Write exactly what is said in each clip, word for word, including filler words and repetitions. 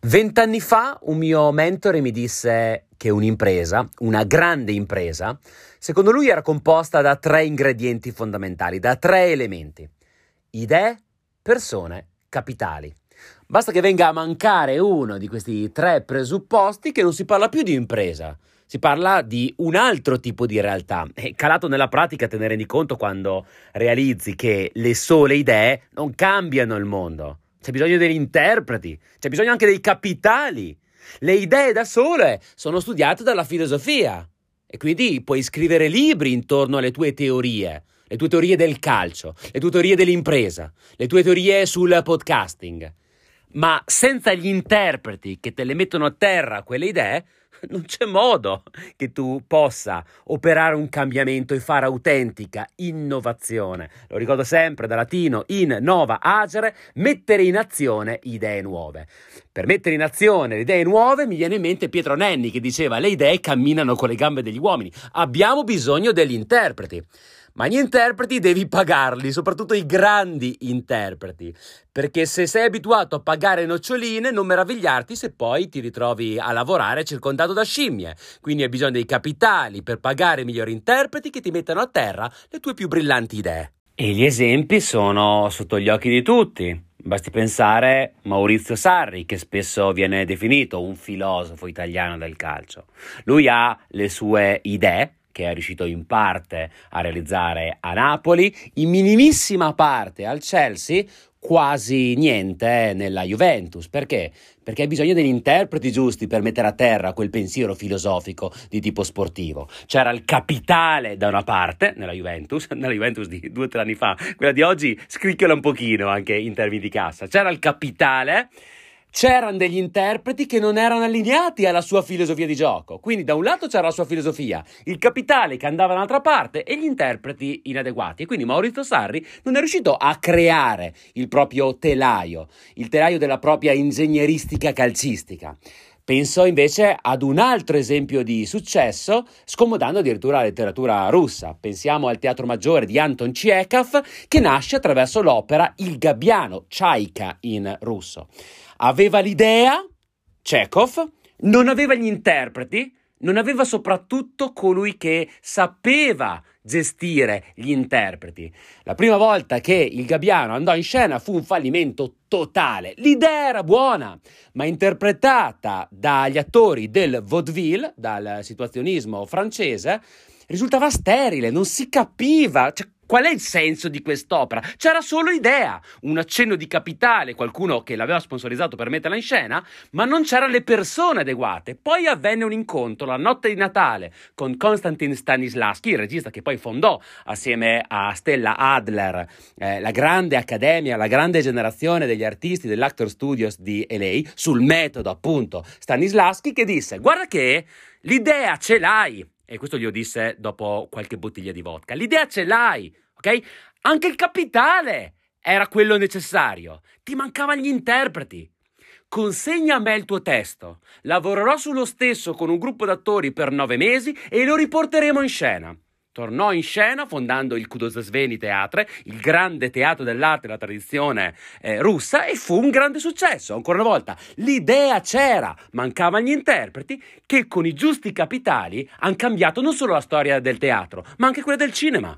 Vent'anni fa un mio mentore mi disse che un'impresa, una grande impresa, secondo lui era composta da tre ingredienti fondamentali, da tre elementi: idee, persone, capitali. Basta che venga a mancare uno di questi tre presupposti che non si parla più di impresa, si parla di un altro tipo di realtà. E calato nella pratica te ne rendi conto quando realizzi che le sole idee non cambiano il mondo. C'è bisogno degli interpreti, c'è bisogno anche dei capitali. Le idee da sole sono studiate dalla filosofia e quindi puoi scrivere libri intorno alle tue teorie, le tue teorie del calcio, le tue teorie dell'impresa, le tue teorie sul podcasting. Ma senza gli interpreti che te le mettono a terra quelle idee, non c'è modo che tu possa operare un cambiamento e fare autentica innovazione. Lo ricordo sempre da latino: in nova agere, mettere in azione idee nuove. Per mettere in azione le idee nuove mi viene in mente Pietro Nenni che diceva: le idee camminano con le gambe degli uomini. Abbiamo bisogno degli interpreti. Ma gli interpreti devi pagarli, soprattutto i grandi interpreti, perché se sei abituato a pagare noccioline non meravigliarti se poi ti ritrovi a lavorare circondato da scimmie. Quindi hai bisogno dei capitali per pagare i migliori interpreti che ti mettano a terra le tue più brillanti idee. E gli esempi sono sotto gli occhi di tutti. Basti pensare a Maurizio Sarri, che spesso viene definito un filosofo italiano del calcio. Lui ha le sue idee, che è riuscito in parte a realizzare a Napoli, in minimissima parte al Chelsea, quasi niente nella Juventus. Perché? Perché hai bisogno degli interpreti giusti per mettere a terra quel pensiero filosofico di tipo sportivo. C'era il capitale da una parte nella Juventus, nella Juventus di due o tre anni fa, quella di oggi scricchiola un pochino anche in termini di cassa. C'era il capitale, c'erano degli interpreti che non erano allineati alla sua filosofia di gioco. Quindi da un lato c'era la sua filosofia, il capitale che andava dall'altra parte e gli interpreti inadeguati. E quindi Maurizio Sarri non è riuscito a creare il proprio telaio, il telaio della propria ingegneristica calcistica. Penso invece ad un altro esempio di successo, scomodando addirittura la letteratura russa. Pensiamo al Teatro Maggiore di Anton Tchekhov, che nasce attraverso l'opera Il Gabbiano, Chaika in russo. Aveva l'idea, Chekhov, non aveva gli interpreti, non aveva soprattutto colui che sapeva gestire gli interpreti. La prima volta che Il Gabbiano andò in scena fu un fallimento totale. L'idea era buona, ma interpretata dagli attori del vaudeville, dal situazionismo francese, risultava sterile, non si capiva. Cioè, qual è il senso di quest'opera? C'era solo idea, un accenno di capitale, qualcuno che l'aveva sponsorizzato per metterla in scena, ma non c'erano le persone adeguate. Poi avvenne un incontro la notte di Natale con Konstantin Stanislavski, il regista che poi fondò assieme a Stella Adler eh, la grande accademia, la grande generazione degli artisti dell'Actor Studios di L A, sul metodo appunto Stanislavski, che disse: guarda che l'idea ce l'hai. E questo glielo disse dopo qualche bottiglia di vodka. L'idea ce l'hai, ok? Anche il capitale era quello necessario. Ti mancavano gli interpreti. Consegna a me il tuo testo. Lavorerò sullo stesso con un gruppo d'attori per nove mesi e lo riporteremo in scena. Tornò in scena fondando il Khudovstveni Teatr, il grande teatro dell'arte della tradizione eh, russa, e fu un grande successo. Ancora una volta, l'idea c'era, mancavano gli interpreti che con i giusti capitali hanno cambiato non solo la storia del teatro, ma anche quella del cinema.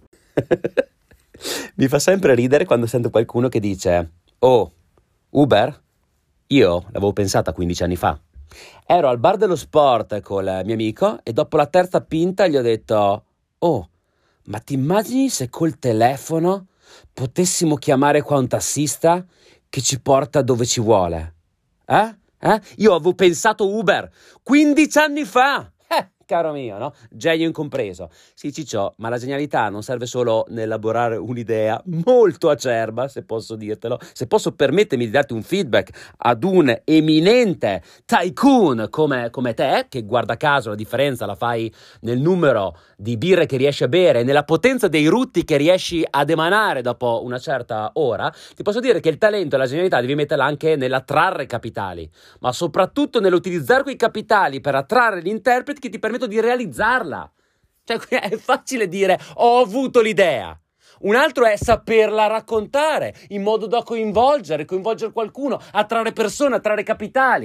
Mi fa sempre ridere quando sento qualcuno che dice: oh, Uber? Io l'avevo pensata quindici anni fa. Ero al bar dello sport col mio amico e dopo la terza pinta gli ho detto: oh, ma ti immagini se col telefono potessimo chiamare qua un tassista che ci porta dove ci vuole? Eh? Eh? Io avevo pensato Uber quindici anni fa! Eh, caro mio, no? Genio incompreso. Sì, Ciccio, ma la genialità non serve solo nell'elaborare un'idea molto acerba, se posso dirtelo, se posso permettermi di darti un feedback ad un eminente tycoon come, come te, che guarda caso la differenza la fai nel numero di birre che riesci a bere e nella potenza dei rutti che riesci ad emanare dopo una certa ora. Ti posso dire che il talento e la genialità devi metterla anche nell'attrarre capitali, ma soprattutto nell'utilizzare quei capitali per attrarre gli interpreti che ti permettono di realizzarla. Cioè, è facile dire ho avuto l'idea. Un altro è saperla raccontare in modo da coinvolgere, coinvolgere qualcuno, attrarre persone, attrarre capitali.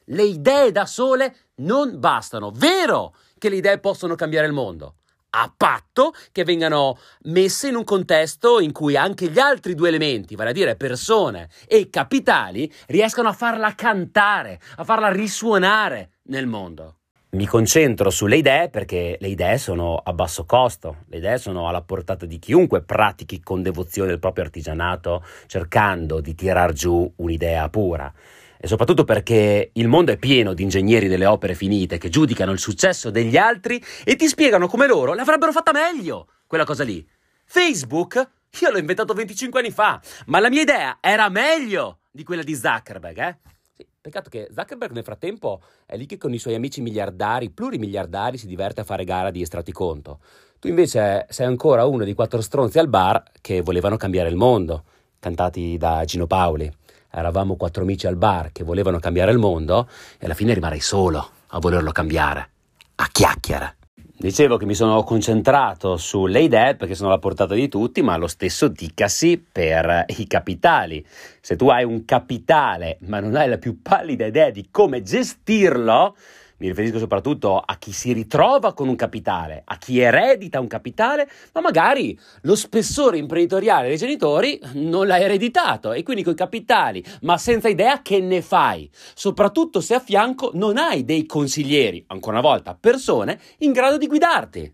Le idee da sole non bastano. Vero che le idee possono cambiare il mondo, a patto che vengano messe in un contesto in cui anche gli altri due elementi, vale a dire persone e capitali, riescano a farla cantare, a farla risuonare nel mondo. Mi concentro sulle idee perché le idee sono a basso costo, le idee sono alla portata di chiunque pratichi con devozione il proprio artigianato cercando di tirar giù un'idea pura. E soprattutto perché il mondo è pieno di ingegneri delle opere finite che giudicano il successo degli altri e ti spiegano come loro l'avrebbero fatta meglio, quella cosa lì. Facebook? Io l'ho inventato venticinque anni fa, ma la mia idea era meglio di quella di Zuckerberg, eh? Sì, peccato che Zuckerberg nel frattempo è lì che con i suoi amici miliardari, plurimiliardari, si diverte a fare gara di estratti conto. Tu invece sei ancora uno di quattro stronzi al bar che volevano cambiare il mondo, cantati da Gino Paoli. Eravamo quattro amici al bar che volevano cambiare il mondo e alla fine rimarrei solo a volerlo cambiare, a chiacchiere. Dicevo che mi sono concentrato sulle idee perché sono alla portata di tutti, ma lo stesso dicasi per i capitali. Se tu hai un capitale ma non hai la più pallida idea di come gestirlo, mi riferisco soprattutto a chi si ritrova con un capitale, a chi eredita un capitale, ma magari lo spessore imprenditoriale dei genitori non l'ha ereditato e quindi con i capitali, ma senza idea che ne fai? Soprattutto se a fianco non hai dei consiglieri, ancora una volta persone, in grado di guidarti.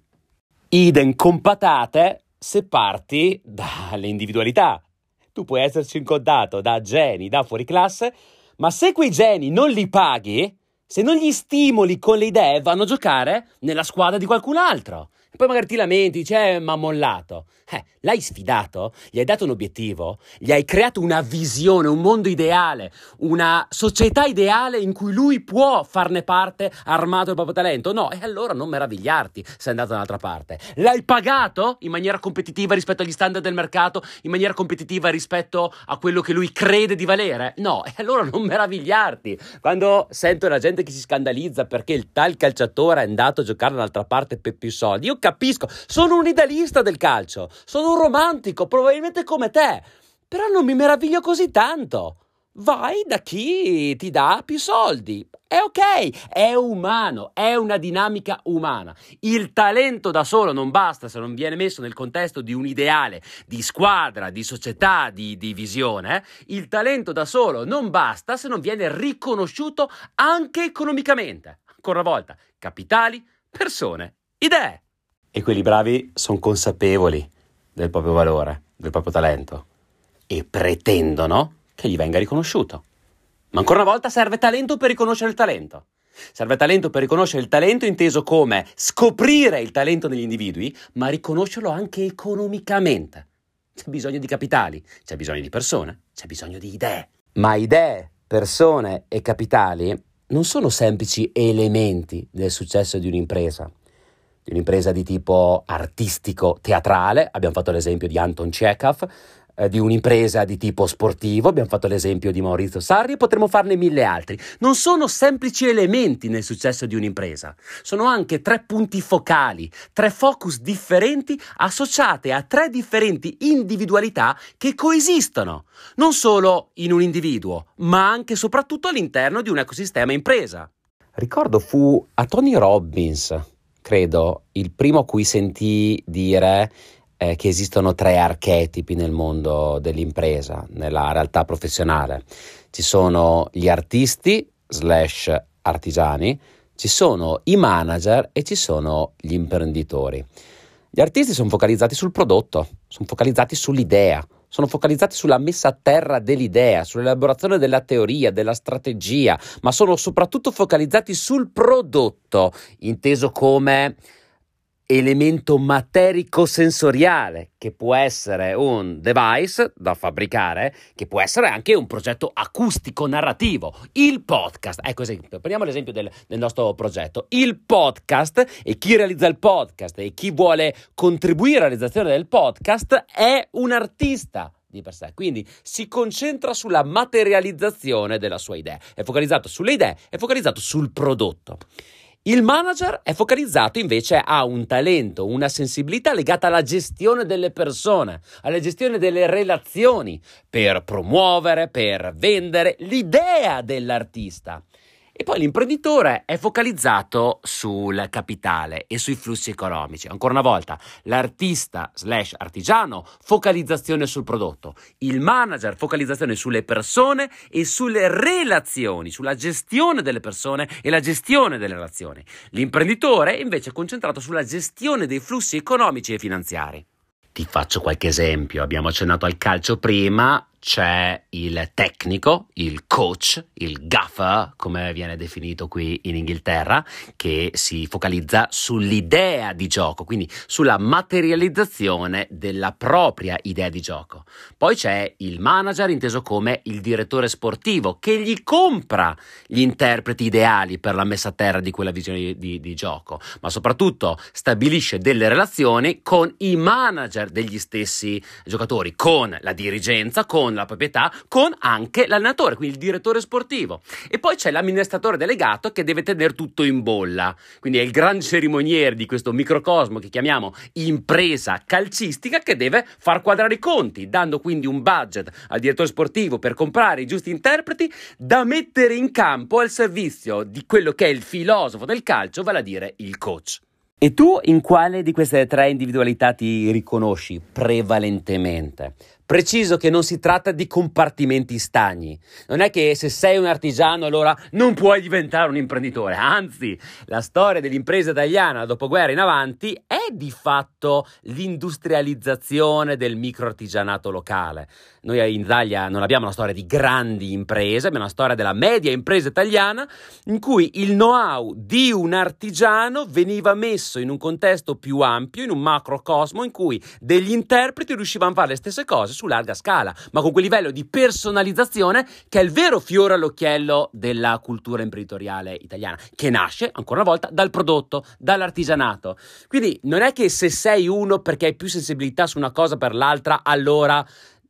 Idem con patate se parti dalle individualità. Tu puoi essere circondato da geni, da fuoriclasse, ma se quei geni non li paghi, se non gli stimoli con le idee, vanno a giocare nella squadra di qualcun altro. E poi magari ti lamenti, dici, eh, ma ha mollato. Eh, l'hai sfidato, gli hai dato un obiettivo, gli hai creato una visione, un mondo ideale, una società ideale in cui lui può farne parte armato del proprio talento. No, e allora non meravigliarti se è andato dall'altra parte. L'hai pagato in maniera competitiva rispetto agli standard del mercato, in maniera competitiva rispetto a quello che lui crede di valere? No, e allora non meravigliarti. Quando sento la gente che si scandalizza perché il tal calciatore è andato a giocare dall'altra parte per più soldi, io capisco, sono un idealista del calcio, sono un romantico, probabilmente come te, però non mi meraviglio così tanto. Vai da chi ti dà più soldi. È ok, è umano, è una dinamica umana. Il talento da solo non basta se non viene messo nel contesto di un ideale, di squadra, di società, di, di visione. Il talento da solo non basta se non viene riconosciuto anche economicamente. Ancora una volta, capitali, persone, idee. E quelli bravi sono consapevoli del proprio valore, del proprio talento e pretendono che gli venga riconosciuto. Ma ancora una volta serve talento per riconoscere il talento. Serve talento per riconoscere il talento inteso come scoprire il talento negli individui, ma riconoscerlo anche economicamente. C'è bisogno di capitali, c'è bisogno di persone, c'è bisogno di idee. Ma idee, persone e capitali non sono semplici elementi del successo di un'impresa. Di un'impresa di tipo artistico, teatrale, abbiamo fatto l'esempio di Anton Chekhov, eh, di un'impresa di tipo sportivo, abbiamo fatto l'esempio di Maurizio Sarri e potremmo farne mille altri. Non sono semplici elementi nel successo di un'impresa, sono anche tre punti focali, tre focus differenti associate a tre differenti individualità che coesistono, non solo in un individuo, ma anche e soprattutto all'interno di un ecosistema impresa. Ricordo fu a Tony Robbins, credo, il primo a cui sentii dire eh, che esistono tre archetipi nel mondo dell'impresa, nella realtà professionale. Ci sono gli artisti slash artigiani, ci sono i manager e ci sono gli imprenditori. Gli artisti sono focalizzati sul prodotto, sono focalizzati sull'idea, sono focalizzati sulla messa a terra dell'idea, sull'elaborazione della teoria, della strategia, ma sono soprattutto focalizzati sul prodotto, inteso come elemento materico-sensoriale, che può essere un device da fabbricare, che può essere anche un progetto acustico-narrativo. Il podcast, ecco esempio, prendiamo l'esempio del, del nostro progetto. Il podcast e chi realizza il podcast e chi vuole contribuire alla realizzazione del podcast è un artista di per sé, quindi si concentra sulla materializzazione della sua idea, è focalizzato sulle idee, è focalizzato sul prodotto. Il manager è focalizzato invece a un talento, una sensibilità legata alla gestione delle persone, alla gestione delle relazioni, per promuovere, per vendere l'idea dell'artista. E poi l'imprenditore è focalizzato sul capitale e sui flussi economici. Ancora una volta, l'artista slash artigiano, focalizzazione sul prodotto. Il manager, focalizzazione sulle persone e sulle relazioni, sulla gestione delle persone e la gestione delle relazioni. L'imprenditore invece è concentrato sulla gestione dei flussi economici e finanziari. Ti faccio qualche esempio. Abbiamo accennato al calcio prima. C'è il tecnico, il coach, il gaffer, come viene definito qui in Inghilterra, che si focalizza sull'idea di gioco, quindi sulla materializzazione della propria idea di gioco. Poi c'è il manager, inteso come il direttore sportivo, che gli compra gli interpreti ideali per la messa a terra di quella visione di, di, di gioco, ma soprattutto stabilisce delle relazioni con i manager degli stessi giocatori, con la dirigenza, con la proprietà, con anche l'allenatore, quindi il direttore sportivo. E poi c'è l'amministratore delegato che deve tenere tutto in bolla, quindi è il gran cerimoniere di questo microcosmo che chiamiamo impresa calcistica, che deve far quadrare i conti, dando quindi un budget al direttore sportivo per comprare i giusti interpreti da mettere in campo al servizio di quello che è il filosofo del calcio, vale a dire il coach. E tu in quale di queste tre individualità ti riconosci prevalentemente? Preciso che non si tratta di compartimenti stagni. Non è che se sei un artigiano allora non puoi diventare un imprenditore. Anzi, la storia dell'impresa italiana dal dopoguerra in avanti è di fatto l'industrializzazione del microartigianato locale. Noi in Italia non abbiamo una storia di grandi imprese, abbiamo una storia della media impresa italiana in cui il know-how di un artigiano veniva messo in un contesto più ampio, in un macrocosmo in cui degli interpreti riuscivano a fare le stesse cose su larga scala, ma con quel livello di personalizzazione che è il vero fiore all'occhiello della cultura imprenditoriale italiana, che nasce, ancora una volta, dal prodotto, dall'artigianato. Quindi non è che se sei uno perché hai più sensibilità su una cosa per l'altra, allora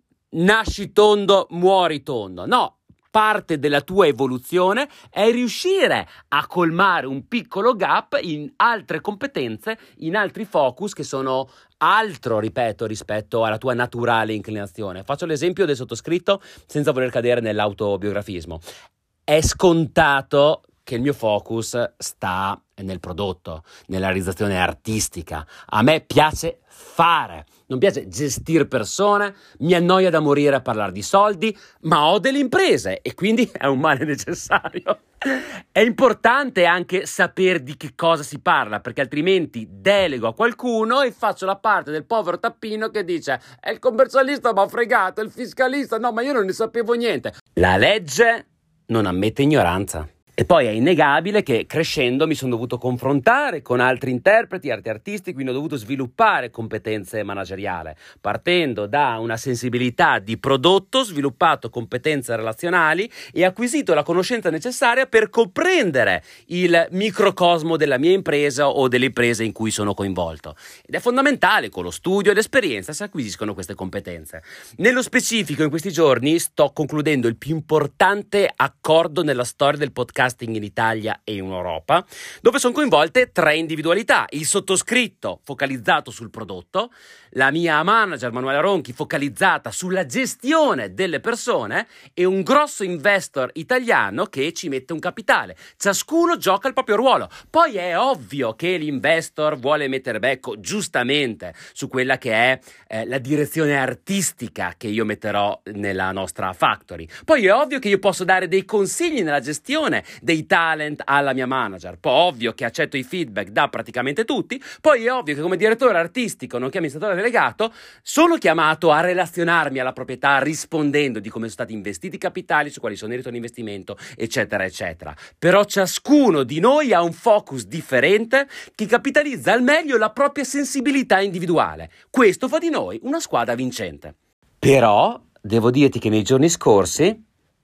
nasci tondo, muori tondo. No, parte della tua evoluzione è riuscire a colmare un piccolo gap in altre competenze, in altri focus che sono altro, ripeto, rispetto alla tua naturale inclinazione. Faccio l'esempio del sottoscritto senza voler cadere nell'autobiografismo. È scontato che il mio focus sta nel prodotto, nella realizzazione artistica. A me piace fare, non piace gestire persone, mi annoia da morire a parlare di soldi, ma ho delle imprese e quindi è un male necessario. È importante anche sapere di che cosa si parla, perché altrimenti delego a qualcuno e faccio la parte del povero tappino che dice è il commercialista mi ha fregato, è il fiscalista, no, ma io non ne sapevo niente. La legge non ammette ignoranza. E poi è innegabile che crescendo mi sono dovuto confrontare con altri interpreti, altri artisti, quindi ho dovuto sviluppare competenze manageriali, partendo da una sensibilità di prodotto, sviluppato competenze relazionali e acquisito la conoscenza necessaria per comprendere il microcosmo della mia impresa o delle imprese in cui sono coinvolto. Ed è fondamentale, con lo studio e l'esperienza si acquisiscono queste competenze. Nello specifico, in questi giorni sto concludendo il più importante accordo nella storia del podcast in Italia e in Europa, dove sono coinvolte tre individualità: il sottoscritto focalizzato sul prodotto, la mia manager Manuela Ronchi focalizzata sulla gestione delle persone e un grosso investor italiano che ci mette un capitale. Ciascuno gioca il proprio ruolo. Poi è ovvio che l'investor vuole mettere becco, giustamente, su quella che è eh, la direzione artistica che io metterò nella nostra factory. Poi è ovvio che io posso dare dei consigli nella gestione dei talent alla mia manager. Poi ovvio che accetto i feedback da praticamente tutti. Poi è ovvio che come direttore artistico, nonché amministratore delegato, sono chiamato a relazionarmi alla proprietà rispondendo di come sono stati investiti i capitali, su quali sono i ritorni di investimento, eccetera, eccetera. Però ciascuno di noi ha un focus differente che capitalizza al meglio la propria sensibilità individuale. Questo fa di noi una squadra vincente. Però devo dirti che nei giorni scorsi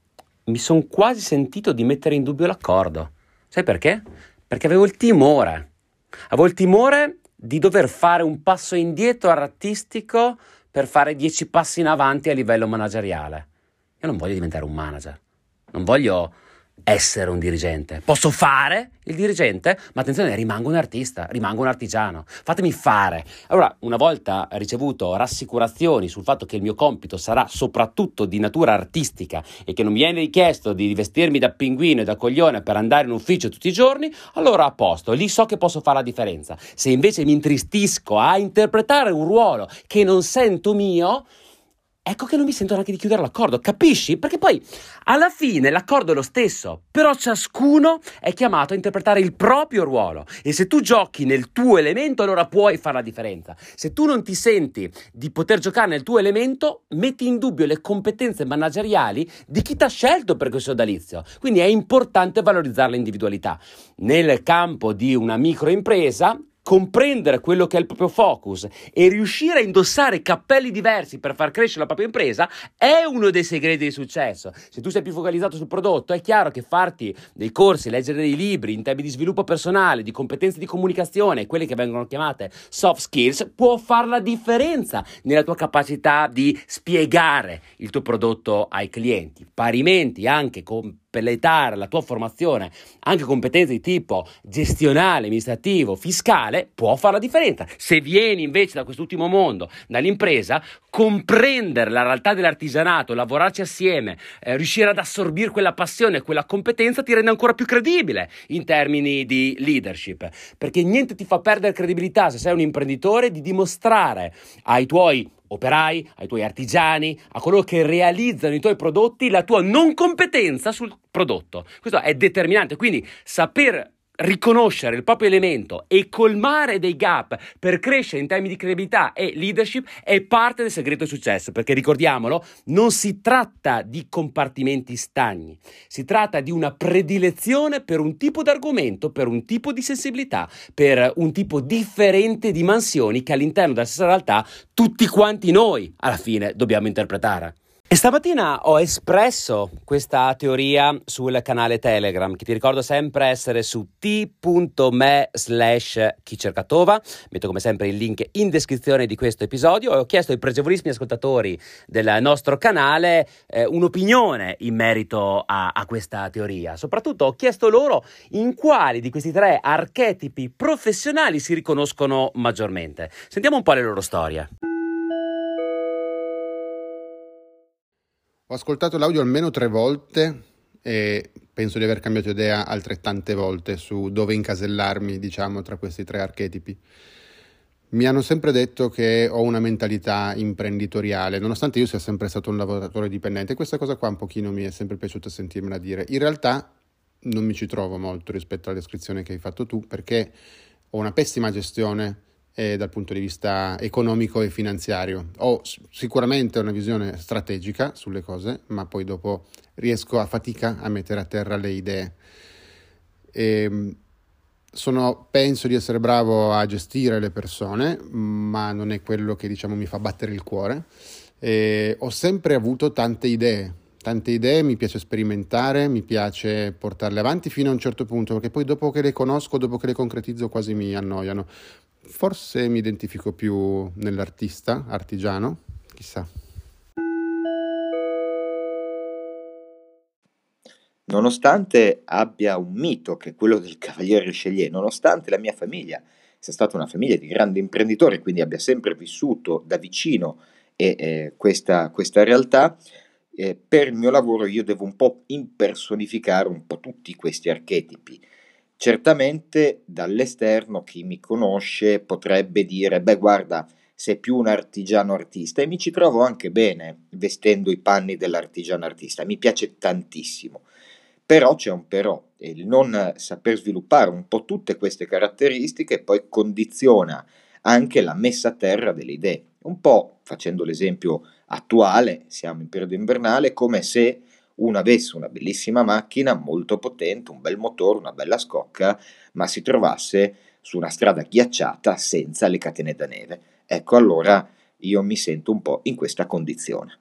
mi sono quasi sentito di mettere in dubbio l'accordo. Sai perché? Perché avevo il timore. Avevo il timore di dover fare un passo indietro artistico per fare dieci passi in avanti a livello manageriale. Io non voglio diventare un manager. Non voglio essere un dirigente. Posso fare il dirigente, ma attenzione, rimango un artista, rimango un artigiano. Fatemi fare. Allora, una volta ricevuto rassicurazioni sul fatto che il mio compito sarà soprattutto di natura artistica e che non mi viene richiesto di vestirmi da pinguino e da coglione per andare in ufficio tutti i giorni, allora a posto, lì so che posso fare la differenza. Se invece mi intristisco a interpretare un ruolo che non sento mio, ecco che non mi sento neanche di chiudere l'accordo, capisci? Perché poi alla fine l'accordo è lo stesso, però ciascuno è chiamato a interpretare il proprio ruolo e se tu giochi nel tuo elemento allora puoi fare la differenza. Se tu non ti senti di poter giocare nel tuo elemento, metti in dubbio le competenze manageriali di chi ti ha scelto per questo sodalizio. Quindi è importante valorizzare l'individualità. Nel campo di una microimpresa, comprendere quello che è il proprio focus e riuscire a indossare cappelli diversi per far crescere la propria impresa è uno dei segreti di successo. Se tu sei più focalizzato sul prodotto, è chiaro che farti dei corsi, leggere dei libri in termini di sviluppo personale, di competenze di comunicazione, quelle che vengono chiamate soft skills, può fare la differenza nella tua capacità di spiegare il tuo prodotto ai clienti. Parimenti anche con completare la tua formazione, anche competenze di tipo gestionale, amministrativo, fiscale, può fare la differenza. Se vieni invece da quest'ultimo mondo, dall'impresa, comprendere la realtà dell'artigianato, lavorarci assieme, eh, riuscire ad assorbire quella passione, quella competenza ti rende ancora più credibile in termini di leadership, perché niente ti fa perdere credibilità se sei un imprenditore di dimostrare ai tuoi operai, ai tuoi artigiani, a coloro che realizzano i tuoi prodotti, la tua non competenza sul prodotto. Questo è determinante, quindi saper riconoscere il proprio elemento e colmare dei gap per crescere in termini di credibilità e leadership è parte del segreto del successo, perché ricordiamolo, non si tratta di compartimenti stagni, si tratta di una predilezione per un tipo di argomento, per un tipo di sensibilità, per un tipo differente di mansioni che all'interno della stessa realtà tutti quanti noi alla fine dobbiamo interpretare. E stamattina ho espresso questa teoria sul canale Telegram, che ti ricordo sempre essere su t.me slash chi cerca Tova. Metto come sempre il link in descrizione di questo episodio e ho chiesto ai pregevolissimi ascoltatori del nostro canale eh, un'opinione in merito a, a questa teoria. Soprattutto ho chiesto loro in quali di questi tre archetipi professionali si riconoscono maggiormente. Sentiamo un po' le loro storie. Ho ascoltato l'audio almeno tre volte e penso di aver cambiato idea altrettante volte su dove incasellarmi, diciamo, tra questi tre archetipi. Mi hanno sempre detto che ho una mentalità imprenditoriale, nonostante io sia sempre stato un lavoratore dipendente. Questa cosa qua un pochino mi è sempre piaciuta sentirmela dire. In realtà non mi ci trovo molto rispetto alla descrizione che hai fatto tu, perché ho una pessima gestione e dal punto di vista economico e finanziario. Ho sicuramente una visione strategica sulle cose, ma poi dopo riesco a fatica a mettere a terra le idee. E sono, penso di essere bravo a gestire le persone, ma non è quello che diciamo mi fa battere il cuore. E ho sempre avuto tante idee, tante idee, mi piace sperimentare, mi piace portarle avanti fino a un certo punto, perché poi dopo che le conosco, dopo che le concretizzo quasi mi annoiano. Forse mi identifico più nell'artista, artigiano, chissà. Nonostante abbia un mito che è quello del cavaliere Richelieu, nonostante la mia famiglia sia stata una famiglia di grandi imprenditori, quindi abbia sempre vissuto da vicino e, eh, questa, questa realtà, eh, per il mio lavoro io devo un po' impersonificare un po' tutti questi archetipi. Certamente dall'esterno chi mi conosce potrebbe dire, beh guarda, sei più un artigiano artista e mi ci trovo anche bene vestendo i panni dell'artigiano artista, mi piace tantissimo. Però c'è un però, e il non saper sviluppare un po' tutte queste caratteristiche poi condiziona anche la messa a terra delle idee. Un po', facendo l'esempio attuale, siamo in periodo invernale, come se uno avesse una bellissima macchina molto potente, un bel motore, una bella scocca, ma si trovasse su una strada ghiacciata senza le catene da neve. Ecco, allora io mi sento un po' in questa condizione.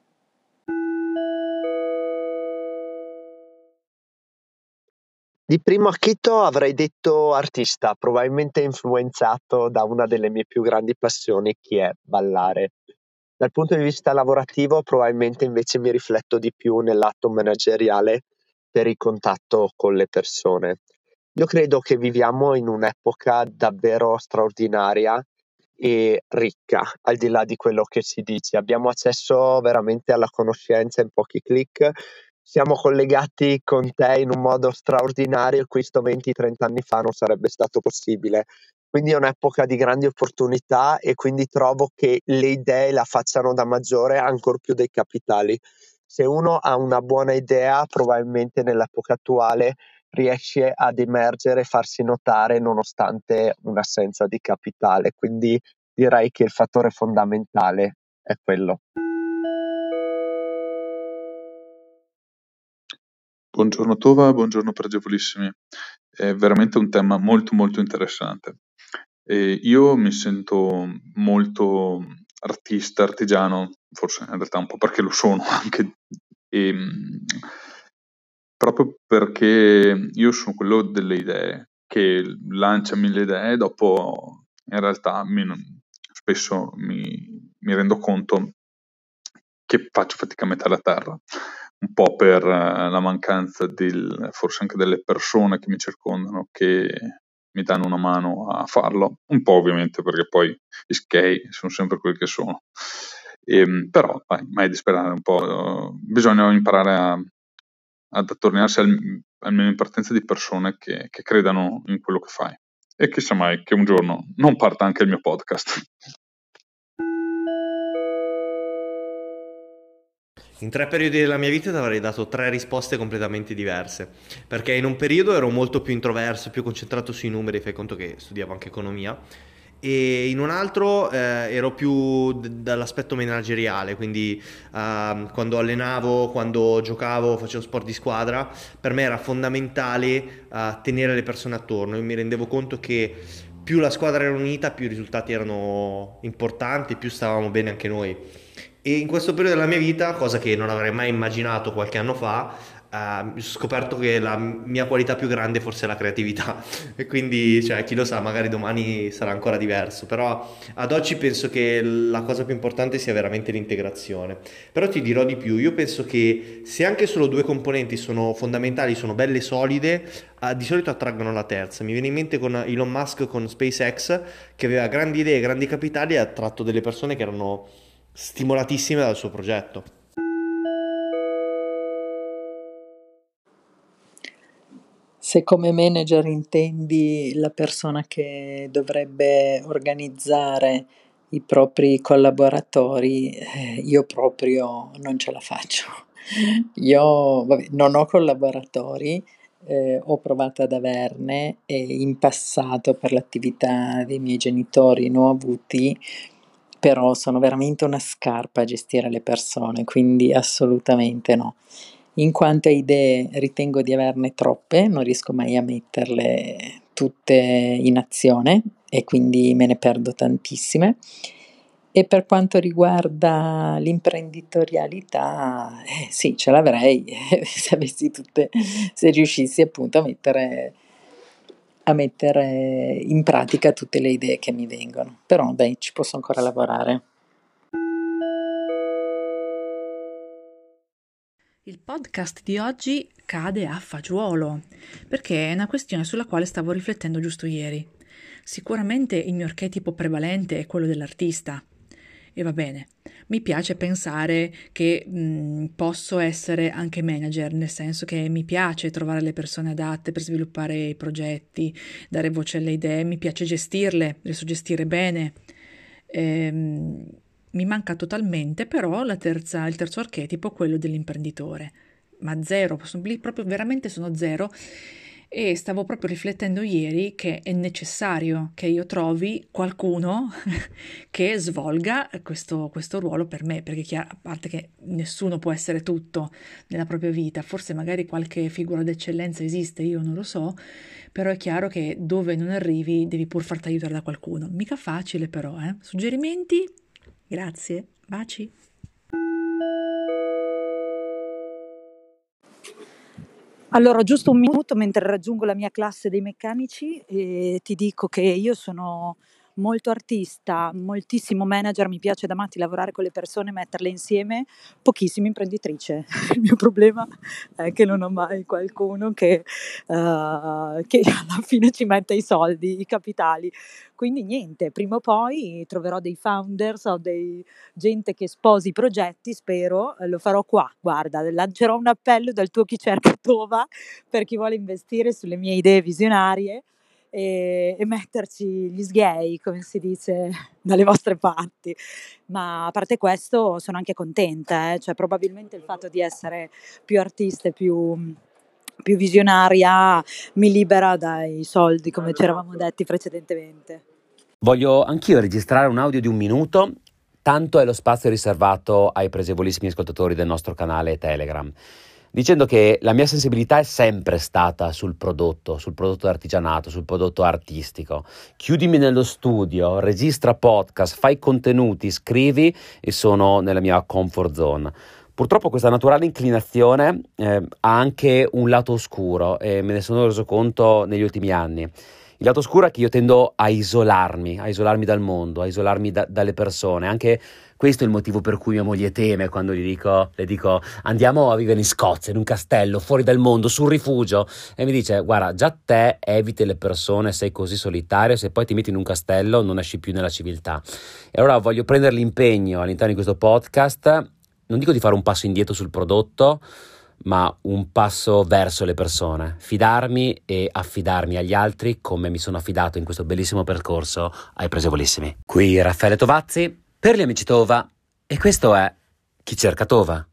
Di primo acchito avrei detto artista, probabilmente influenzato da una delle mie più grandi passioni, che è ballare. Dal punto di vista lavorativo, probabilmente invece mi rifletto di più nel lato manageriale, per il contatto con le persone. Io credo che viviamo in un'epoca davvero straordinaria e ricca, al di là di quello che si dice. Abbiamo accesso veramente alla conoscenza in pochi click. Siamo collegati con te in un modo straordinario, questo venti trenta anni fa non sarebbe stato possibile. Quindi è un'epoca di grandi opportunità e quindi trovo che le idee la facciano da maggiore ancor più dei capitali. Se uno ha una buona idea, probabilmente nell'epoca attuale riesce ad emergere e farsi notare nonostante un'assenza di capitale. Quindi direi che il fattore fondamentale è quello. Buongiorno Tova, buongiorno Pregevolissimi. È veramente un tema molto molto interessante. E io mi sento molto artista, artigiano, forse in realtà un po' perché lo sono anche, e, proprio perché io sono quello delle idee, che lancia mille idee e dopo in realtà mi, spesso mi, mi rendo conto che faccio fatica a mettere a terra, un po' per la mancanza del, forse anche delle persone che mi circondano, che mi danno una mano a farlo, un po' ovviamente perché poi gli skei sono sempre quelli che sono. E, però dai, mai disperare un po', bisogna imparare a, ad attorniarsi al, almeno in partenza di persone che, che credano in quello che fai. E chissà mai che un giorno non parta anche il mio podcast. In tre periodi della mia vita ti avrei dato tre risposte completamente diverse, perché in un periodo ero molto più introverso, più concentrato sui numeri, fai conto che studiavo anche economia, e in un altro eh, ero più d- dall'aspetto manageriale, quindi eh, quando allenavo, quando giocavo, facevo sport di squadra, per me era fondamentale eh, tenere le persone attorno. Io mi rendevo conto che più la squadra era unita, più i risultati erano importanti, più stavamo bene anche noi. E in questo periodo della mia vita, cosa che non avrei mai immaginato qualche anno fa, eh, ho scoperto che la mia qualità più grande forse è la creatività. E quindi, cioè, chi lo sa, magari domani sarà ancora diverso. Però ad oggi penso che la cosa più importante sia veramente l'integrazione. Però ti dirò di più, io penso che se anche solo due componenti sono fondamentali, sono belle e solide, eh, di solito attraggono la terza. Mi viene in mente con Elon Musk con SpaceX, che aveva grandi idee, grandi capitali e ha attratto delle persone che erano stimolatissime dal suo progetto. Se come manager intendi la persona che dovrebbe organizzare i propri collaboratori, eh, io proprio non ce la faccio. Io vabbè, non ho collaboratori, eh, ho provato ad averne e in passato per l'attività dei miei genitori ne ho avuti, però sono veramente una scarpa a gestire le persone, quindi assolutamente no. In quanto a idee ritengo di averne troppe, non riesco mai a metterle tutte in azione e quindi me ne perdo tantissime. E per quanto riguarda l'imprenditorialità, eh, sì, ce l'avrei se avessi tutte, se riuscissi appunto a mettere, a mettere in pratica tutte le idee che mi vengono. Però dai, ci posso ancora lavorare. Il podcast di oggi cade a fagiolo, perché è una questione sulla quale stavo riflettendo giusto ieri. Sicuramente il mio archetipo prevalente è quello dell'artista. E va bene, mi piace pensare che mh, posso essere anche manager, nel senso che mi piace trovare le persone adatte per sviluppare i progetti, dare voce alle idee, mi piace gestirle, le so gestire bene. Ehm, Mi manca totalmente però la terza, il terzo archetipo, quello dell'imprenditore. Ma zero, sono lì proprio veramente sono zero. E stavo proprio riflettendo ieri che è necessario che io trovi qualcuno che svolga questo, questo ruolo per me, perché chiaro, a parte che nessuno può essere tutto nella propria vita, forse magari qualche figura d'eccellenza esiste, io non lo so, però è chiaro che dove non arrivi devi pur farti aiutare da qualcuno. Mica facile però, eh? Suggerimenti? Grazie, baci. Allora, giusto un minuto mentre raggiungo la mia classe dei meccanici e ti dico che io sono molto artista, moltissimo manager, mi piace da matti lavorare con le persone, metterle insieme, pochissima imprenditrice. Il mio problema è che non ho mai qualcuno che, uh, che alla fine ci metta i soldi, i capitali. Quindi niente, prima o poi troverò dei founders o dei gente che sposi i progetti, spero, eh, lo farò qua. Guarda, lancerò un appello dal tuo Chi cerca Tova per chi vuole investire sulle mie idee visionarie e, e metterci gli sghei, come si dice dalle vostre parti. Ma a parte questo sono anche contenta, eh? Cioè probabilmente il fatto di essere più artista e più, più visionaria mi libera dai soldi, come ci eravamo detti precedentemente. Voglio anch'io registrare un audio di un minuto, tanto è lo spazio riservato ai presevolissimi ascoltatori del nostro canale Telegram, dicendo che la mia sensibilità è sempre stata sul prodotto, sul prodotto artigianato, sul prodotto artistico. Chiudimi nello studio, registra podcast, fai contenuti, scrivi e sono nella mia comfort zone. Purtroppo questa naturale inclinazione eh, ha anche un lato oscuro e me ne sono reso conto negli ultimi anni. Il lato oscuro è che io tendo a isolarmi, a isolarmi dal mondo, a isolarmi da, dalle persone. Anche questo è il motivo per cui mia moglie teme quando gli dico, le dico andiamo a vivere in Scozia, in un castello, fuori dal mondo, sul rifugio. E mi dice guarda, già te eviti le persone, sei così solitario, se poi ti metti in un castello non esci più nella civiltà. E allora voglio prendere l'impegno all'interno di questo podcast, non dico di fare un passo indietro sul prodotto, ma un passo verso le persone, fidarmi e affidarmi agli altri come mi sono affidato in questo bellissimo percorso ai presevolissimi. Qui Raffaele Tovazzi per gli amici Tova e questo è Chi cerca Tova.